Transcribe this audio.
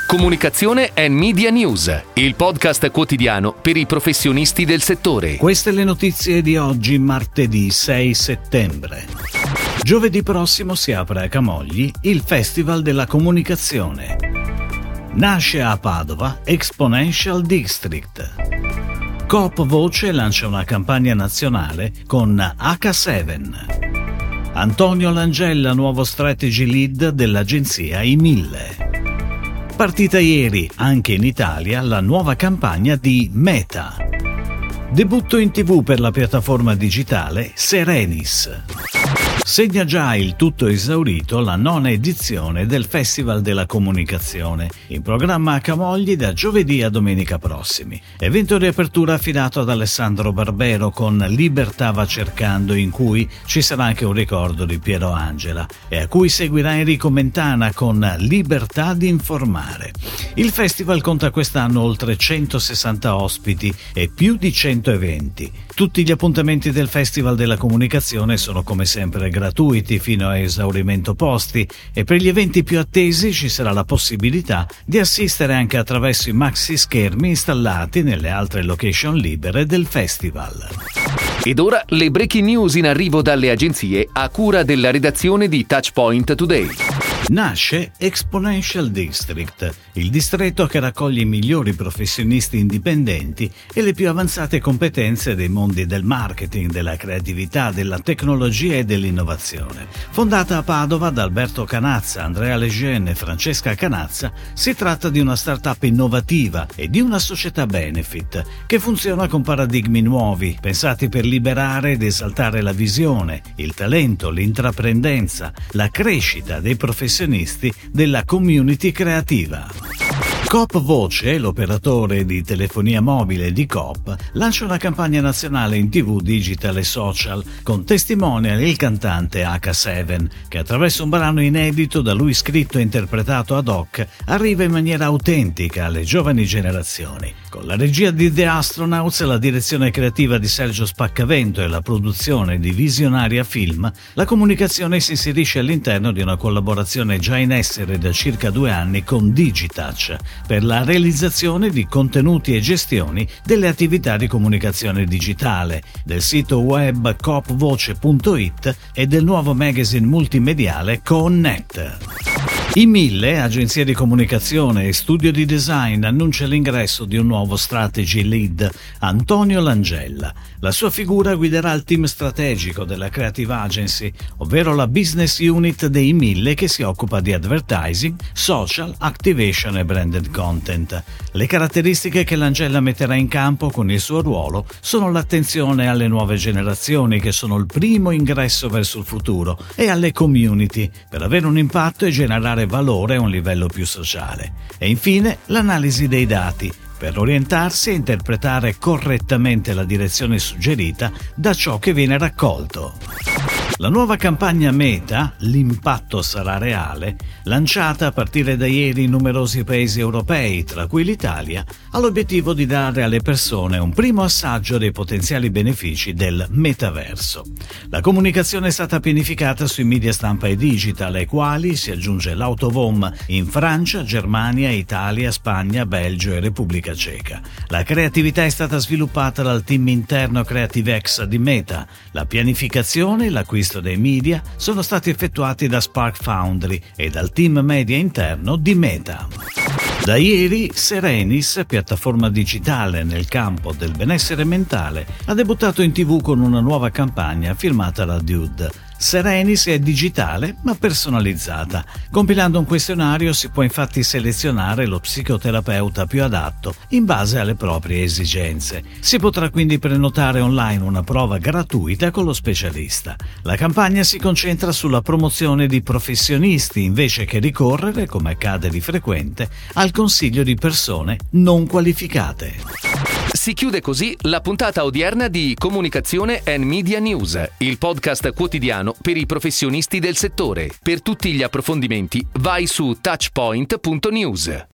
Comunicazione and Media News, il podcast quotidiano per i professionisti del settore. Queste le notizie di oggi, martedì 6 settembre. Giovedì prossimo si apre a Camogli il Festival della Comunicazione. Nasce a Padova Exponential District. Coop Voce lancia una campagna nazionale con H7. Antonio Langella, nuovo strategy lead dell'agenzia I1000. Partita ieri, anche in Italia, la nuova campagna di Meta. Debutto in TV per la piattaforma digitale Serenis. Segna già il tutto esaurito la 9ª edizione del Festival della Comunicazione, in programma a Camogli da giovedì a domenica prossimi. Evento di apertura affidato ad Alessandro Barbero con Libertà va cercando, in cui ci sarà anche un ricordo di Piero Angela, e a cui seguirà Enrico Mentana con Libertà di informare. Il festival conta quest'anno oltre 160 ospiti e più di 100 eventi. Tutti gli appuntamenti del Festival della Comunicazione sono come sempre gratuiti fino a esaurimento posti, e per gli eventi più attesi ci sarà la possibilità di assistere anche attraverso i maxi schermi installati nelle altre location libere del festival. Ed ora le breaking news in arrivo dalle agenzie a cura della redazione di Touchpoint Today. Nasce Exponential District, il distretto che raccoglie i migliori professionisti indipendenti e le più avanzate competenze dei mondi del marketing, della creatività, della tecnologia e dell'innovazione. Fondata a Padova da Alberto Canazza, Andrea Lejeune e Francesca Canazza, si tratta di una startup innovativa e di una società benefit che funziona con paradigmi nuovi, pensati per liberare ed esaltare la visione, il talento, l'intraprendenza, la crescita dei professionisti della community creativa. Coop Voce, l'operatore di telefonia mobile di Coop, lancia una campagna nazionale in TV, digital e social con testimonial il cantante H7, che attraverso un brano inedito da lui scritto e interpretato ad hoc arriva in maniera autentica alle giovani generazioni. Con la regia di The Astronauts, la direzione creativa di Sergio Spaccavento e la produzione di Visionaria Film, la comunicazione si inserisce all'interno di una collaborazione già in essere da circa 2 anni con Digitouch, per la realizzazione di contenuti e gestioni delle attività di comunicazione digitale, del sito web coopvoce.it e del nuovo magazine multimediale Connect. I1000, agenzia di comunicazione e studio di design, annuncia l'ingresso di un nuovo strategy lead, Antonio Langella. La sua figura guiderà il team strategico della Creative Agency, ovvero la business unit dei I1000 che si occupa di advertising, social, activation e branded content. Le caratteristiche che Langella metterà in campo con il suo ruolo sono l'attenzione alle nuove generazioni, che sono il primo ingresso verso il futuro, e alle community, per avere un impatto e generare valore a un livello più sociale. E infine l'analisi dei dati, per orientarsi e interpretare correttamente la direzione suggerita da ciò che viene raccolto. La nuova campagna Meta, L'impatto sarà reale, lanciata a partire da ieri in numerosi paesi europei, tra cui l'Italia, ha l'obiettivo di dare alle persone un primo assaggio dei potenziali benefici del metaverso. La comunicazione è stata pianificata sui media stampa e digital, ai quali si aggiunge l'out of home in Francia, Germania, Italia, Spagna, Belgio e Repubblica Ceca. La creatività è stata sviluppata dal team interno CreativeX di Meta. La pianificazione e l'acquisto dei media sono stati effettuati da Spark Foundry e dal team media interno di Meta. Da ieri Serenis, piattaforma digitale nel campo del benessere mentale, ha debuttato in TV con una nuova campagna firmata da Dude. Serenis è digitale ma personalizzata. Compilando un questionario si può infatti selezionare lo psicoterapeuta più adatto in base alle proprie esigenze. Si potrà quindi prenotare online una prova gratuita con lo specialista. La campagna si concentra sulla promozione di professionisti invece che ricorrere, come accade di frequente, al consiglio di persone non qualificate. Si chiude così la puntata odierna di Comunicazione and Media News, il podcast quotidiano per i professionisti del settore. Per tutti gli approfondimenti vai su touchpoint.news.